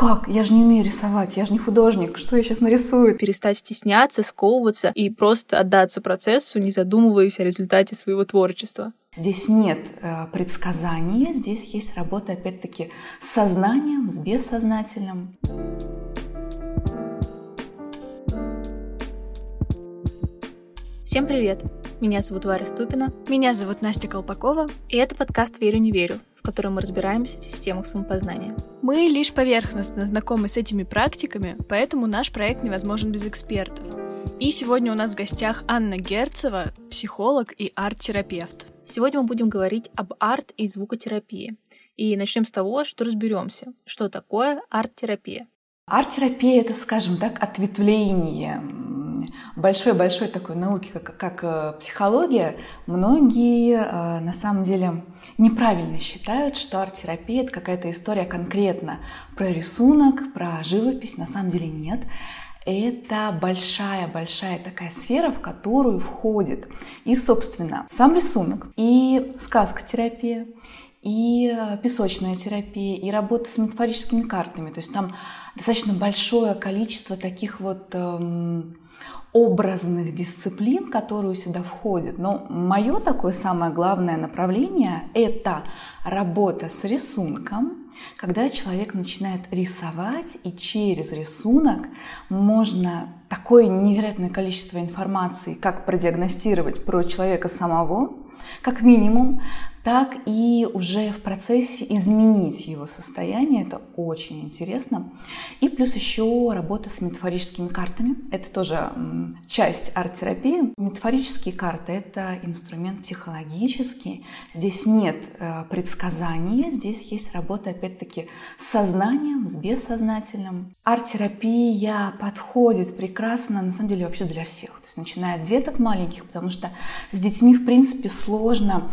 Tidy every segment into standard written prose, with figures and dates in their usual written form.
как? Я же не умею рисовать, я же не художник, что я сейчас нарисую? Перестать стесняться, сковываться и просто отдаться процессу, не задумываясь о результате своего творчества. Здесь нет предсказания, здесь есть работа, опять-таки, с сознанием, с бессознательным. Всем привет! Меня зовут Варя Ступина. Меня зовут Настя Колпакова. И это подкаст «Верю, не верю», в котором мы разбираемся в системах самопознания. Мы лишь поверхностно знакомы с этими практиками, поэтому наш проект невозможен без экспертов. И сегодня у нас в гостях Анна Герцева, психолог и арт-терапевт. Сегодня мы будем говорить об арт- и звукотерапии. И начнем с того, что разберемся, что такое арт-терапия. Арт-терапия — это, скажем так, ответвление большой-большой такой науки, как психология. Многие, на самом деле, неправильно считают, что арт-терапия — это какая-то история конкретно про рисунок, про живопись. На самом деле нет. Это большая-большая такая сфера, в которую входит и, собственно, сам рисунок, и сказкотерапия, и песочная терапия, и работа с метафорическими картами. То есть там достаточно большое количество таких вот образных дисциплин, которые сюда входят. Но мое такое самое главное направление – это работа с рисунком, когда человек начинает рисовать, и через рисунок можно такое невероятное количество информации как продиагностировать про человека самого, как минимум, так и уже в процессе изменить его состояние. Это очень интересно. И плюс еще работа с метафорическими картами. Это тоже часть арт-терапии. Метафорические карты – это инструмент психологический. Здесь нет предсказания, здесь есть работа, опять-таки, с сознанием, с бессознательным. Арт-терапия подходит прекрасно, на самом деле, вообще для всех. То есть начиная от деток маленьких, потому что с детьми, в принципе, сложно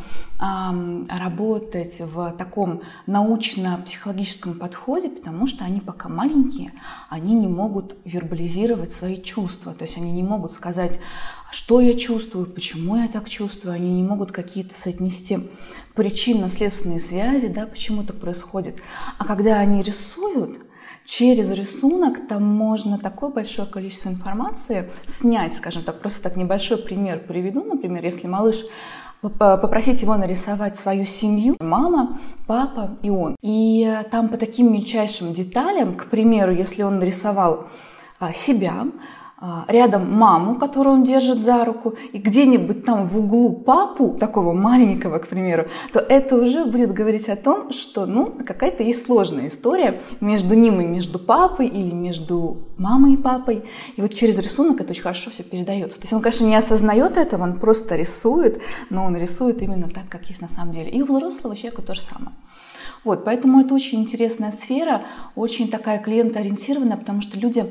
работать в таком научно-психологическом подходе, потому что они пока маленькие, они не могут вербализировать свои чувства, то есть они не могут сказать, что я чувствую, почему я так чувствую, они не могут какие-то соотнести причинно-следственные связи, да, почему так происходит. А когда они рисуют, через рисунок там можно такое большое количество информации снять, скажем так, просто так небольшой пример приведу, например, если малыш попросить его нарисовать свою семью, мама, папа и он. И там по таким мельчайшим деталям, к примеру, если он нарисовал себя, рядом маму, которую он держит за руку, и где-нибудь там в углу папу, такого маленького, к примеру, то это уже будет говорить о том, что какая-то есть сложная история между ним и между папой, или между мамой и папой. И вот через рисунок это очень хорошо все передается. То есть он, конечно, не осознает этого, он просто рисует, но он рисует именно так, как есть на самом деле. И у взрослого человека то же самое. Вот, поэтому это очень интересная сфера, очень такая клиентоориентированная, потому что люди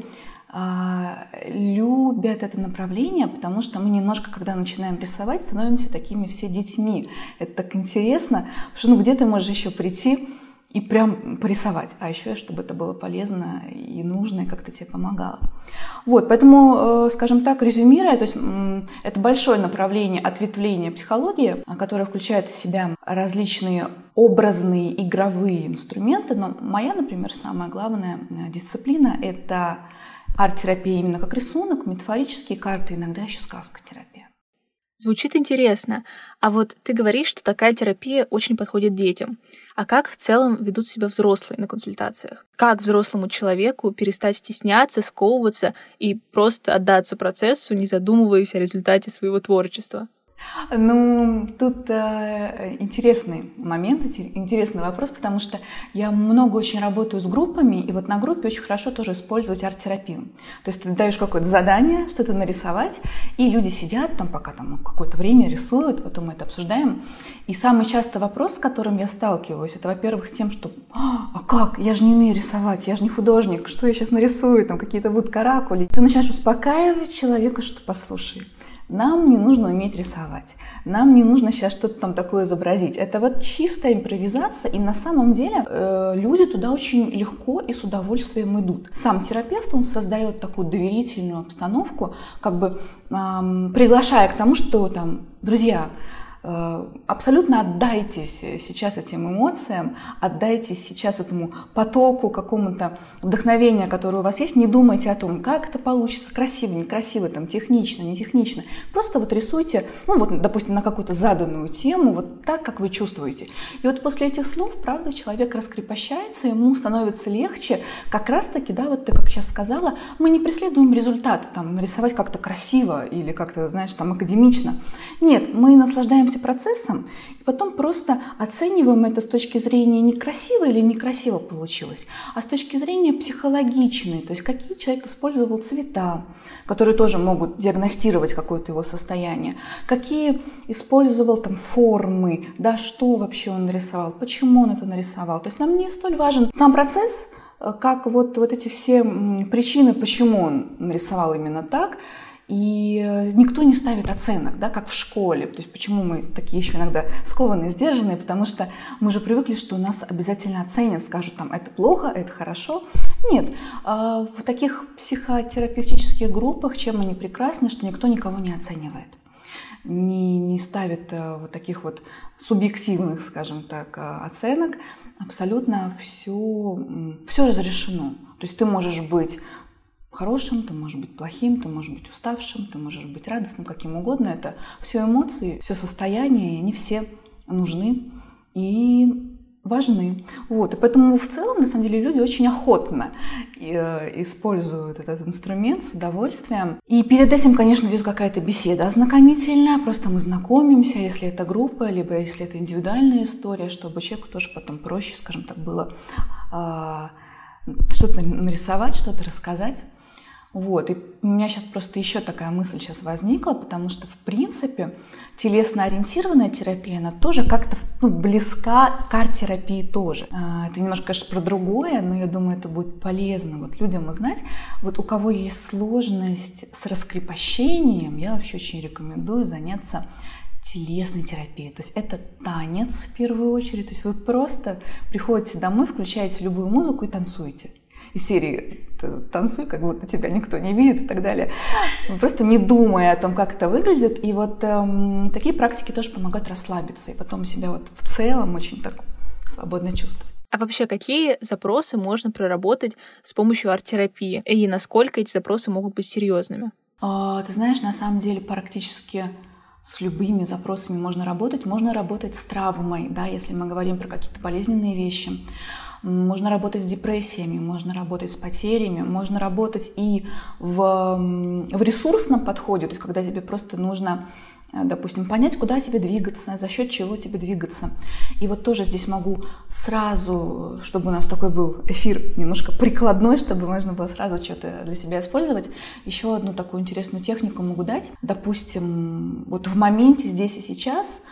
любят это направление, потому что мы немножко, когда начинаем рисовать, становимся такими все детьми. Это так интересно, потому что где ты можешь еще прийти и прям порисовать, а еще чтобы это было полезно и нужно, и как-то тебе помогало. Вот, поэтому, скажем так, резюмируя, то есть это большое направление ответвления психологии, которое включает в себя различные образные игровые инструменты, но моя, например, самая главная дисциплина – это арт-терапия именно как рисунок, метафорические карты, иногда еще сказкотерапия. Звучит интересно. А вот ты говоришь, что такая терапия очень подходит детям. А как в целом ведут себя взрослые на консультациях? Как взрослому человеку перестать стесняться, сковываться и просто отдаться процессу, не задумываясь о результате своего творчества? Тут интересный момент, интересный вопрос, потому что я много очень работаю с группами, и вот на группе очень хорошо тоже использовать арт-терапию. То есть ты даешь какое-то задание, что-то нарисовать, и люди сидят там, пока там какое-то время рисуют, потом мы это обсуждаем. И самый частый вопрос, с которым я сталкиваюсь, это, во-первых, с тем, что «А как? Я же не умею рисовать, я же не художник, что я сейчас нарисую, там какие-то будут каракули». Ты начинаешь успокаивать человека, что послушай, нам не нужно уметь рисовать, нам не нужно сейчас что-то там такое изобразить. Это вот чистая импровизация, и на самом деле люди туда очень легко и с удовольствием идут. Сам терапевт, он создает такую доверительную обстановку, как бы приглашая к тому, что там, друзья, абсолютно отдайтесь сейчас этим эмоциям, отдайтесь сейчас этому потоку, какому-то вдохновению, которое у вас есть. Не думайте о том, как это получится, красиво, некрасиво, там, технично, не технично. Просто вот рисуйте, ну вот, допустим, на какую-то заданную тему, вот так, как вы чувствуете. И вот после этих слов, правда, человек раскрепощается, ему становится легче. Как раз-таки, да, вот ты как сейчас сказала, мы не преследуем результат, там, нарисовать как-то красиво или как-то, знаешь, там, академично. Нет, мы наслаждаемся процессом, и потом просто оцениваем это с точки зрения не красиво или некрасиво получилось, а с точки зрения психологичной, то есть какие человек использовал цвета, которые тоже могут диагностировать какое-то его состояние, какие использовал там формы, да, что вообще он нарисовал, почему он это нарисовал. То есть нам не столь важен сам процесс, как вот эти все причины, почему он нарисовал именно так. И никто не ставит оценок, да, как в школе. То есть почему мы такие еще иногда скованные, сдержанные, потому что мы же привыкли, что нас обязательно оценят, скажут, там, это плохо, это хорошо. Нет, в таких психотерапевтических группах чем они прекрасны, что никто никого не оценивает, не ставит вот таких вот субъективных, скажем так, оценок. Абсолютно все разрешено. То есть ты можешь быть хорошим, ты можешь быть плохим, ты можешь быть уставшим, ты можешь быть радостным, каким угодно. Это все эмоции, все состояния, и они все нужны и важны. Вот. И поэтому в целом, на самом деле, люди очень охотно используют этот инструмент с удовольствием. И перед этим, конечно, идет какая-то беседа ознакомительная, просто мы знакомимся, если это группа, либо если это индивидуальная история, чтобы человеку тоже потом проще, скажем так, было что-то нарисовать, что-то рассказать. Вот. И у меня сейчас просто еще такая мысль сейчас возникла, потому что, в принципе, телесно-ориентированная терапия, она тоже как-то близка к арт-терапии тоже. Это немножко, конечно, про другое, но я думаю, это будет полезно вот людям узнать. Вот у кого есть сложность с раскрепощением, я вообще очень рекомендую заняться телесной терапией. То есть это танец в первую очередь. То есть вы просто приходите домой, включаете любую музыку и танцуете. Из серии «Танцуй, как будто тебя никто не видит» и так далее. Просто не думая о том, как это выглядит. И вот такие практики тоже помогают расслабиться и потом себя вот в целом очень так свободно чувствовать. А вообще, какие запросы можно проработать с помощью арт-терапии? И насколько эти запросы могут быть серьезными? Ты знаешь, на самом деле практически с любыми запросами можно работать. Можно работать с травмой, да, если мы говорим про какие-то болезненные вещи. Можно работать с депрессиями, можно работать с потерями, можно работать и в ресурсном подходе, то есть когда тебе просто нужно, допустим, понять, куда тебе двигаться, за счет чего тебе двигаться. И вот тоже здесь могу сразу, чтобы у нас такой был эфир немножко прикладной, чтобы можно было сразу что-то для себя использовать, еще одну такую интересную технику могу дать. Допустим, вот в моменте здесь и сейчас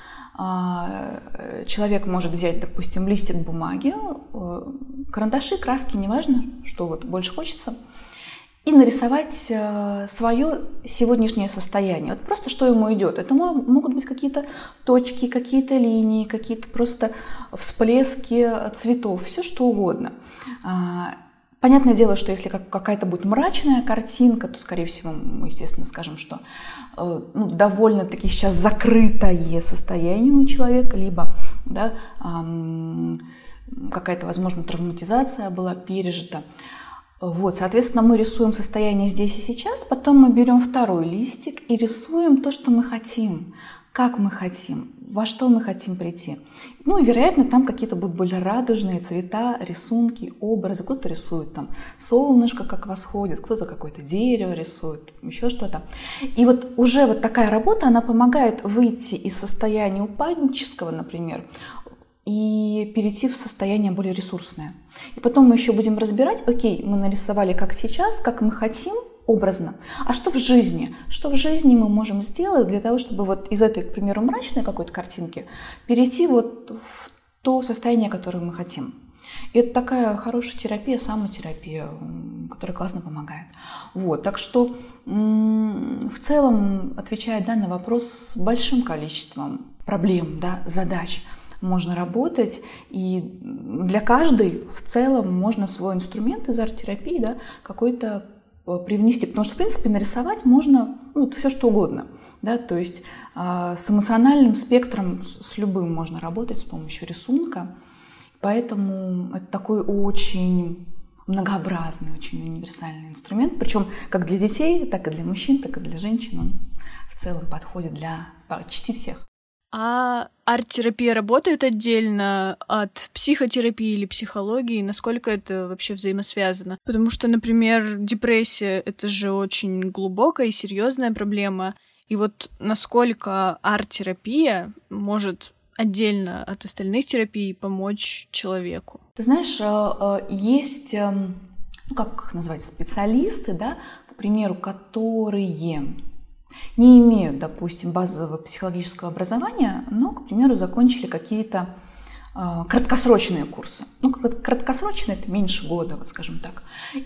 человек может взять, допустим, листик бумаги, карандаши, краски, неважно, что вот больше хочется, и нарисовать свое сегодняшнее состояние. Вот просто что ему идет. Это могут быть какие-то точки, какие-то линии, какие-то просто всплески цветов, все что угодно. Понятное дело, что если какая-то будет мрачная картинка, то, скорее всего, мы, естественно, скажем, что довольно-таки сейчас закрытое состояние у человека, либо да, какая-то, возможно, травматизация была пережита. Вот, соответственно, мы рисуем состояние здесь и сейчас, потом мы берем второй листик и рисуем то, что мы хотим, как мы хотим, во что мы хотим прийти. Ну и, вероятно, там какие-то будут более радужные цвета, рисунки, образы. Кто-то рисует там солнышко, как восходит, кто-то какое-то дерево рисует, еще что-то. И вот уже вот такая работа, она помогает выйти из состояния упаднического, например, и перейти в состояние более ресурсное. И потом мы еще будем разбирать, окей, мы нарисовали как сейчас, как мы хотим, образно. А что в жизни? Что в жизни мы можем сделать для того, чтобы вот из этой, к примеру, мрачной какой-то картинки перейти вот в то состояние, которое мы хотим. И это такая хорошая терапия, самотерапия, которая классно помогает. Вот, так что в целом, отвечая на вопрос, с большим количеством проблем, да, задач можно работать, и для каждой в целом можно свой инструмент из арт-терапии, да, какой-то привнести, потому что, в принципе, нарисовать можно все что угодно, да, то есть с эмоциональным спектром, с любым можно работать с помощью рисунка, поэтому это такой очень многообразный, очень универсальный инструмент, причем как для детей, так и для мужчин, так и для женщин он в целом подходит для почти всех. А арт-терапия работает отдельно от психотерапии или психологии? Насколько это вообще взаимосвязано? Потому что, например, депрессия — это же очень глубокая и серьезная проблема. И вот насколько арт-терапия может отдельно от остальных терапий помочь человеку? Ты знаешь, есть, как их назвать, специалисты, да, к примеру, которые не имеют, допустим, базового психологического образования, но, к примеру, закончили какие-то краткосрочные курсы. Краткосрочные — это меньше года, вот скажем так.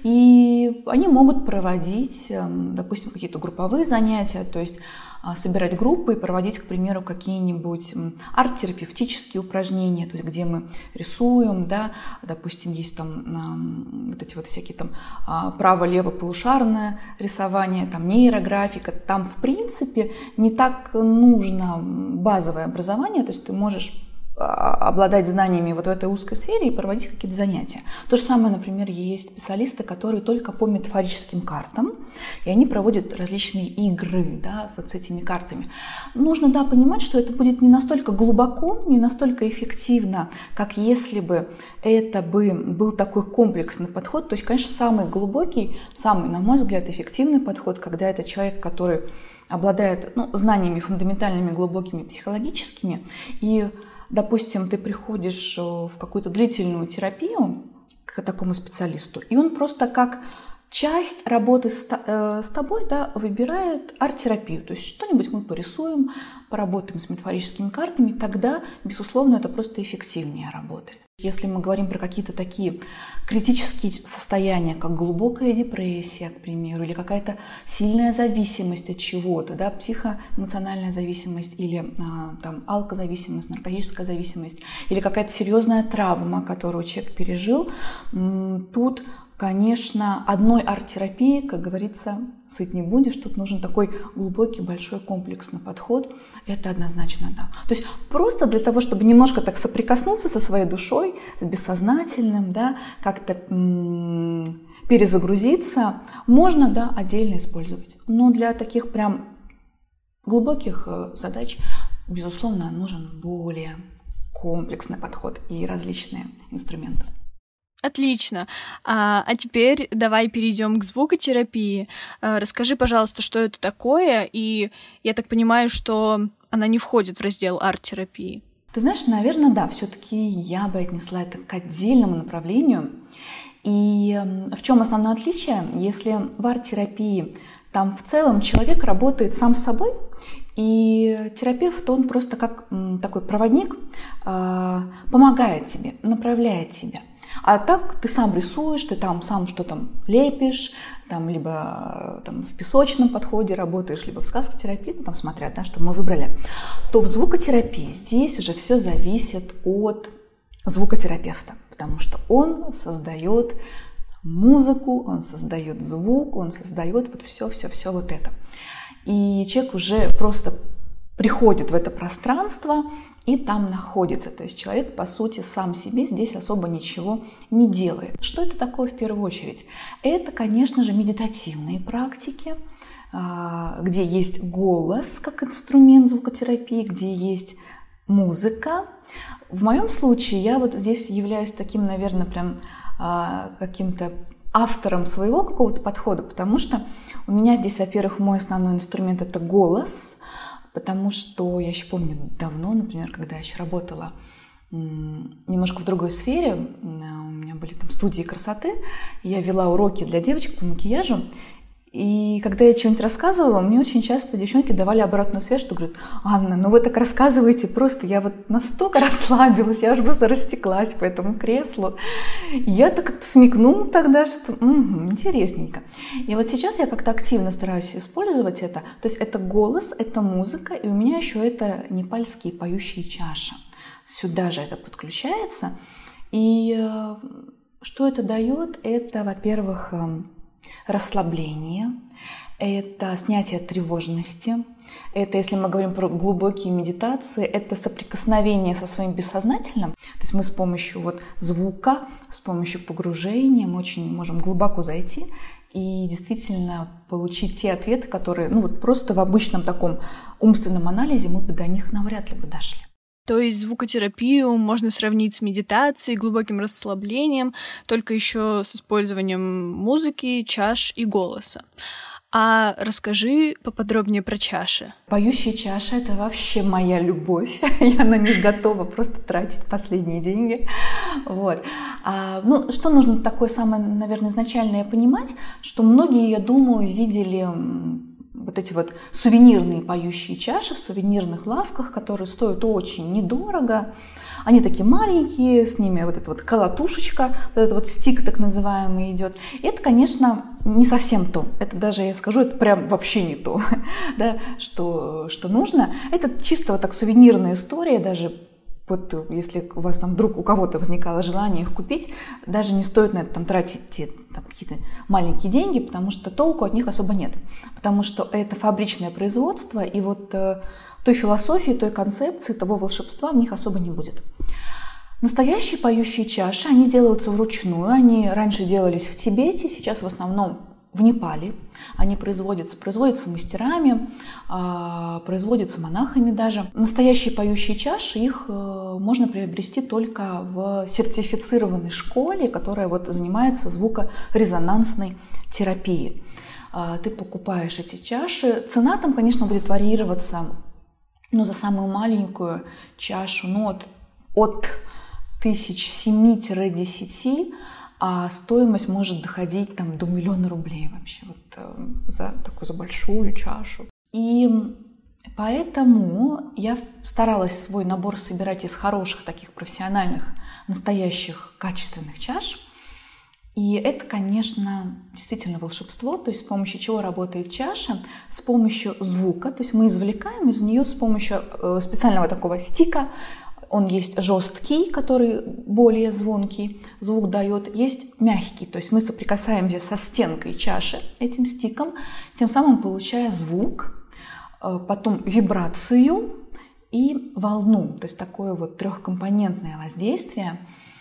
И они могут проводить, допустим, какие-то групповые занятия, то есть собирать группы и проводить, к примеру, какие-нибудь арт-терапевтические упражнения, то есть где мы рисуем, да, допустим, есть там вот эти вот всякие там право-лево полушарное рисование, там нейрографика, там в принципе не так нужно базовое образование, то есть ты можешь обладать знаниями вот в этой узкой сфере и проводить какие-то занятия. То же самое, например, есть специалисты, которые только по метафорическим картам, и они проводят различные игры, да, вот с этими картами. Нужно, да, понимать, что это будет не настолько глубоко, не настолько эффективно, как если бы это был такой комплексный подход. То есть, конечно, самый глубокий, самый, на мой взгляд, эффективный подход, когда это человек, который обладает знаниями фундаментальными, глубокими, психологическими, и допустим, ты приходишь в какую-то длительную терапию к такому специалисту, и он просто как часть работы с тобой, да, выбирает арт-терапию. То есть что-нибудь мы порисуем, поработаем с метафорическими картами, тогда, безусловно, это просто эффективнее работает. Если мы говорим про какие-то такие критические состояния, как глубокая депрессия, к примеру, или какая-то сильная зависимость от чего-то, да, психоэмоциональная зависимость или там, алкозависимость, наркотическая зависимость, или какая-то серьезная травма, которую человек пережил, тут, конечно, одной арт-терапии, как говорится, сыт не будешь. Тут нужен такой глубокий, большой, комплексный подход. Это однозначно да. То есть просто для того, чтобы немножко так соприкоснуться со своей душой, с бессознательным, да, как-то перезагрузиться, можно, да, отдельно использовать. Но для таких прям глубоких задач, безусловно, нужен более комплексный подход и различные инструменты. Отлично. А теперь давай перейдем к звукотерапии. Расскажи, пожалуйста, что это такое, и я так понимаю, что она не входит в раздел арт-терапии. Ты знаешь, наверное, да, все-таки я бы отнесла это к отдельному направлению. И в чем основное отличие? Если в арт-терапии там в целом человек работает сам с собой, и терапевт, он просто как такой проводник помогает тебе, направляет тебя. А так ты сам рисуешь, ты там сам что-то лепишь, там, либо там, в песочном подходе работаешь, либо в сказкотерапии, там, смотря, да, что мы выбрали, то в звукотерапии здесь уже все зависит от звукотерапевта, потому что он создает музыку, он создает звук, он создает вот все вот это. И человек уже просто приходит в это пространство и там находится. То есть человек, по сути, сам себе здесь особо ничего не делает. Что это такое в первую очередь? Это, конечно же, медитативные практики, где есть голос как инструмент звукотерапии, где есть музыка. В моем случае я вот здесь являюсь таким, наверное, прям каким-то автором своего какого-то подхода, потому что у меня здесь, во-первых, мой основной инструмент – это голос, потому что я еще помню давно, например, когда я еще работала немножко в другой сфере, у меня были там студии красоты, я вела уроки для девочек по макияжу, и когда я что-нибудь рассказывала, мне очень часто девчонки давали обратную связь, что говорят: Анна, ну вы так рассказываете, просто я вот настолько расслабилась, я уже просто растеклась по этому креслу. Я-то как-то смекнула тогда, что интересненько. И вот сейчас я как-то активно стараюсь использовать это. То есть это голос, это музыка, и у меня еще это непальские поющие чаши. Сюда же это подключается. И что это дает? Это, во-первых, расслабление, это снятие тревожности, это, если мы говорим про глубокие медитации, это соприкосновение со своим бессознательным. То есть мы с помощью звука, с помощью погружения мы очень можем глубоко зайти и действительно получить те ответы, которые просто в обычном таком умственном анализе мы бы до них навряд ли бы дошли. То есть звукотерапию можно сравнить с медитацией, глубоким расслаблением, только еще с использованием музыки, чаш и голоса. А расскажи поподробнее про чаши. Поющие чаши — это вообще моя любовь. Я на них готова просто тратить последние деньги. Что нужно такое самое, наверное, изначальное понимать, что многие, я думаю, видели эти сувенирные поющие чаши в сувенирных лавках, которые стоят очень недорого. Они такие маленькие, с ними эта колотушечка, этот стик так называемый идет. И это, конечно, не совсем то. Это даже, я скажу, это прям вообще не то, да, что нужно. Это чисто так сувенирная история, даже если у вас вдруг у кого-то возникало желание их купить, даже не стоит на это тратить какие-то маленькие деньги, потому что толку от них особо нет. Потому что это фабричное производство, и той философии, той концепции, того волшебства в них особо не будет. Настоящие поющие чаши, они делаются вручную, они раньше делались в Тибете, сейчас в основном в Непале. Они производятся мастерами, производятся монахами даже. Настоящие поющие чаши, их можно приобрести только в сертифицированной школе, которая занимается звукорезонансной терапией. Ты покупаешь эти чаши. Цена там, конечно, будет варьироваться, за самую маленькую чашу, от 1007-10, а стоимость может доходить до 1 000 000 рублей вообще за большую чашу. И поэтому я старалась свой набор собирать из хороших таких профессиональных, настоящих, качественных чаш. И это, конечно, действительно волшебство, то есть с помощью чего работает чаша? С помощью звука, то есть мы извлекаем из нее с помощью специального такого стика. Он есть жесткий, который более звонкий, звук дает, есть мягкий, то есть мы соприкасаемся со стенкой чаши этим стиком, тем самым получая звук, потом вибрацию и волну, то есть такое трехкомпонентное воздействие,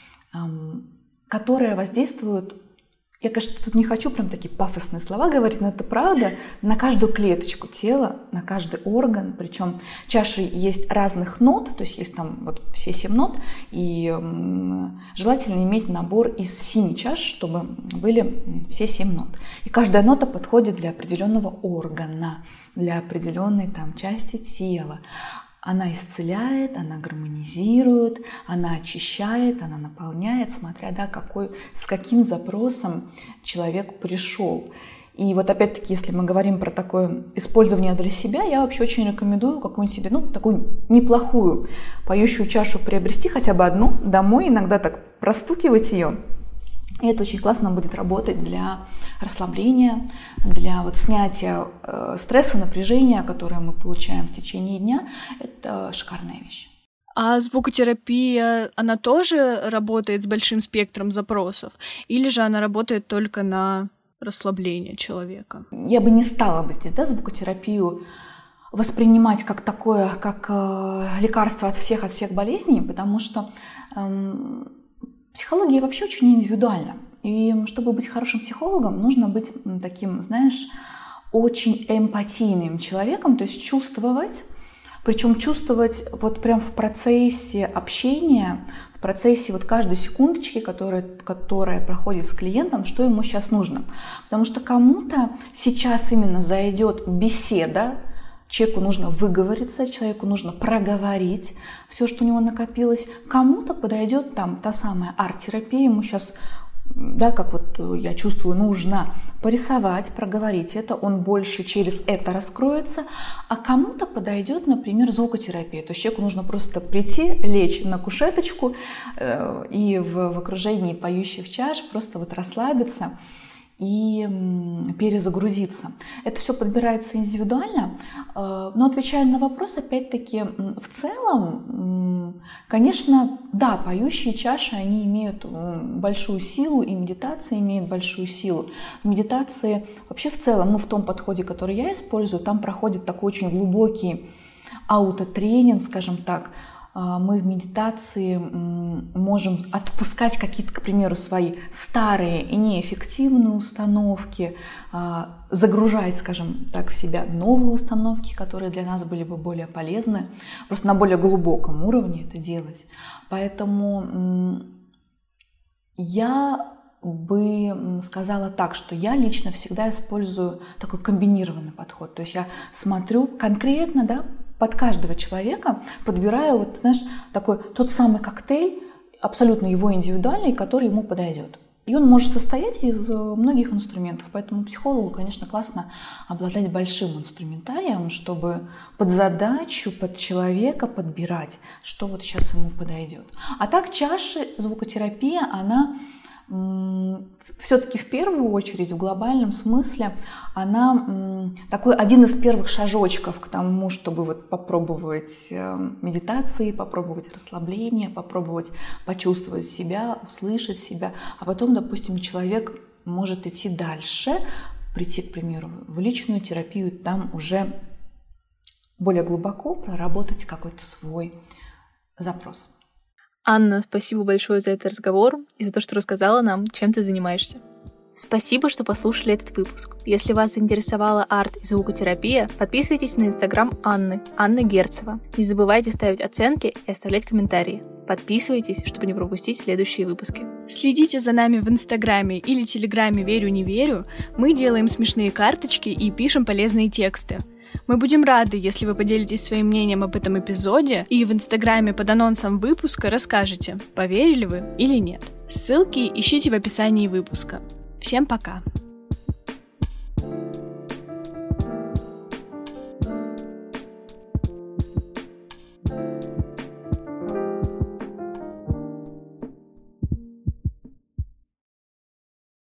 которое воздействует, я, конечно, тут не хочу прям такие пафосные слова говорить, но это правда, на каждую клеточку тела, на каждый орган. Причем чаши есть разных нот, то есть есть там все 7 нот, и желательно иметь набор из 7 чаш, чтобы были все 7 нот. И каждая нота подходит для определенного органа, для определенной части тела. Она исцеляет, она гармонизирует, она очищает, она наполняет, смотря с каким запросом человек пришел. И опять-таки, если мы говорим про такое использование для себя, я вообще очень рекомендую какую-нибудь себе, такую неплохую поющую чашу приобрести, хотя бы одну, домой, иногда так простукивать ее. И это очень классно будет работать для расслабления, для снятия стресса, напряжения, которое мы получаем в течение дня. Это шикарная вещь. А звукотерапия, она тоже работает с большим спектром запросов? Или же она работает только на расслабление человека? Я бы не стала здесь звукотерапию воспринимать как лекарство от всех болезней, потому что психология вообще очень индивидуальна. И чтобы быть хорошим психологом, нужно быть таким, очень эмпатийным человеком, то есть чувствовать, причем чувствовать прям в процессе общения, в процессе каждой секундочки, которая проходит с клиентом, что ему сейчас нужно. Потому что кому-то сейчас именно зайдет беседа, человеку нужно выговориться, человеку нужно проговорить все, что у него накопилось. Кому-то подойдет та самая арт-терапия, ему сейчас, я чувствую, нужно порисовать, проговорить это, он больше через это раскроется. А кому-то подойдет, например, звукотерапия. То есть человеку нужно просто прийти, лечь на кушеточку и в окружении поющих чаш просто расслабиться и перезагрузиться. Это все подбирается индивидуально, но отвечая на вопрос, опять-таки, в целом Конечно, да, поющие чаши, они имеют большую силу, и медитация имеет большую силу. В медитации вообще в целом, в том подходе, который я использую, там проходит такой очень глубокий аутотренинг, скажем так. Мы в медитации можем отпускать какие-то, к примеру, свои старые и неэффективные установки, загружать, скажем так, в себя новые установки, которые для нас были бы более полезны, просто на более глубоком уровне это делать. Поэтому я бы сказала так, что я лично всегда использую такой комбинированный подход. То есть я смотрю конкретно, под каждого человека, подбираю, такой тот самый коктейль, абсолютно его индивидуальный, который ему подойдет. И он может состоять из многих инструментов, поэтому психологу, конечно, классно обладать большим инструментарием, чтобы под задачу, под человека подбирать, что вот сейчас ему подойдет. А так чаши, звукотерапия, она все-таки в первую очередь в глобальном смысле она такой один из первых шажочков к тому, чтобы попробовать медитации, попробовать расслабление, попробовать почувствовать себя, услышать себя, а потом, допустим, человек может идти дальше, прийти, к примеру, в личную терапию, там уже более глубоко проработать какой-то свой запрос. Анна, спасибо большое за этот разговор и за то, что рассказала нам, чем ты занимаешься. Спасибо, что послушали этот выпуск. Если вас заинтересовала арт и звукотерапия, подписывайтесь на инстаграм Анны, Анна Герцева. Не забывайте ставить оценки и оставлять комментарии. Подписывайтесь, чтобы не пропустить следующие выпуски. Следите за нами в инстаграме или телеграме «Верю, не верю». Мы делаем смешные карточки и пишем полезные тексты. Мы будем рады, если вы поделитесь своим мнением об этом эпизоде и в инстаграме под анонсом выпуска расскажете, поверили вы или нет. Ссылки ищите в описании выпуска. Всем пока!